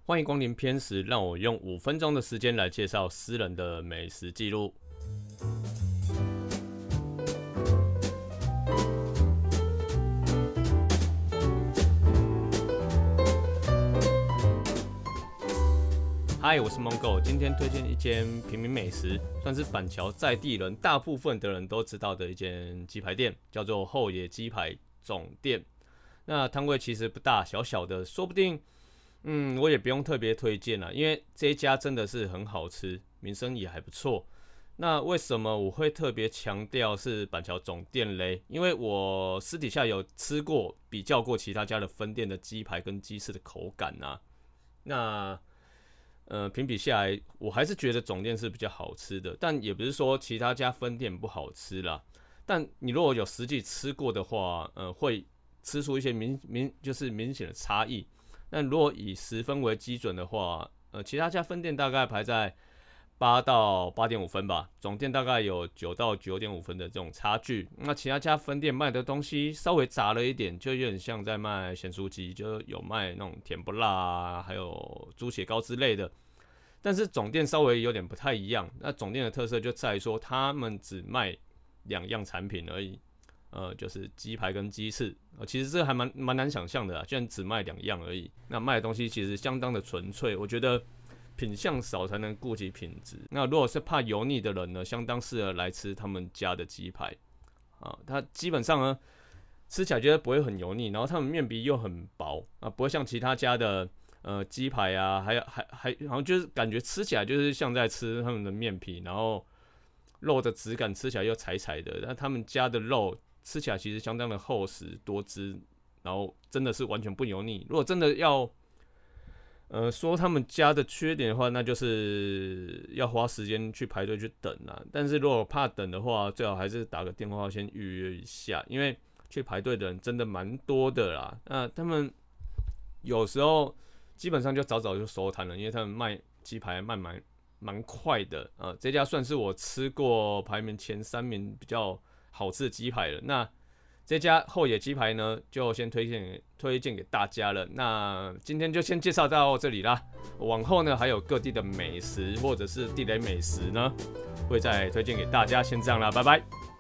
欢迎光临偏食，让我用5分钟的时间来介绍私人的美食记录。嗨，我是 Mongo， 今天推荐一间平民美食，算是板桥在地人大部分的人都知道的一间鸡排店，叫做后野鸡排总店。那摊位其实不大，小小的，说不定我也不用特别推荐啦，因为这一家真的是很好吃，名声也还不错。那为什么我会特别强调是板桥总店嘞？因为我私底下有吃过、比较过其他家的分店的鸡排跟鸡翅的口感啊。那评比下来，我还是觉得总店是比较好吃的，但也不是说其他家分店不好吃啦。但你如果有实际吃过的话，会吃出一些就是明显的差异。那如果以10分为基准的话，其他家分店大概排在8到8.5分吧，总店大概有9到9.5分的这种差距。那其他家分店卖的东西稍微杂了一点，就有点像在卖咸酥鸡，就有卖那种甜不辣啊，还有猪血糕之类的。但是总店稍微有点不太一样，那总店的特色就在于说，他们只卖2样产品而已，就是鸡排跟鸡翅。其实这还蛮难想象的啦，居然只卖2样而已。那卖的东西其实相当的纯粹，我觉得品相少才能顾及品质。那如果是怕油腻的人呢，相当适合来吃他们家的鸡排啊。它基本上呢，吃起来觉得不会很油腻，然后他们面皮又很薄啊，不会像其他家的鸡排啊，还好像就是感觉吃起来就是像在吃他们的面皮，然后肉的质感吃起来又柴柴的。但他们家的肉吃起来其实相当的厚实多汁，然后真的是完全不油腻。如果真的要说他们家的缺点的话，那就是要花时间去排队去等啦。但是如果怕等的话，最好还是打个电话先预约一下，因为去排队的人真的蛮多的啦。那他们有时候基本上就早就收摊了，因为他们卖鸡排卖蛮快的。这家算是我吃过排名前3名比较好吃的鸡排了。那这家后野鸡排呢，就先推荐给大家了。那今天就先介绍到这里啦。往后呢，还有各地的美食或者是地雷美食呢，会再推荐给大家。先这样啦，拜拜。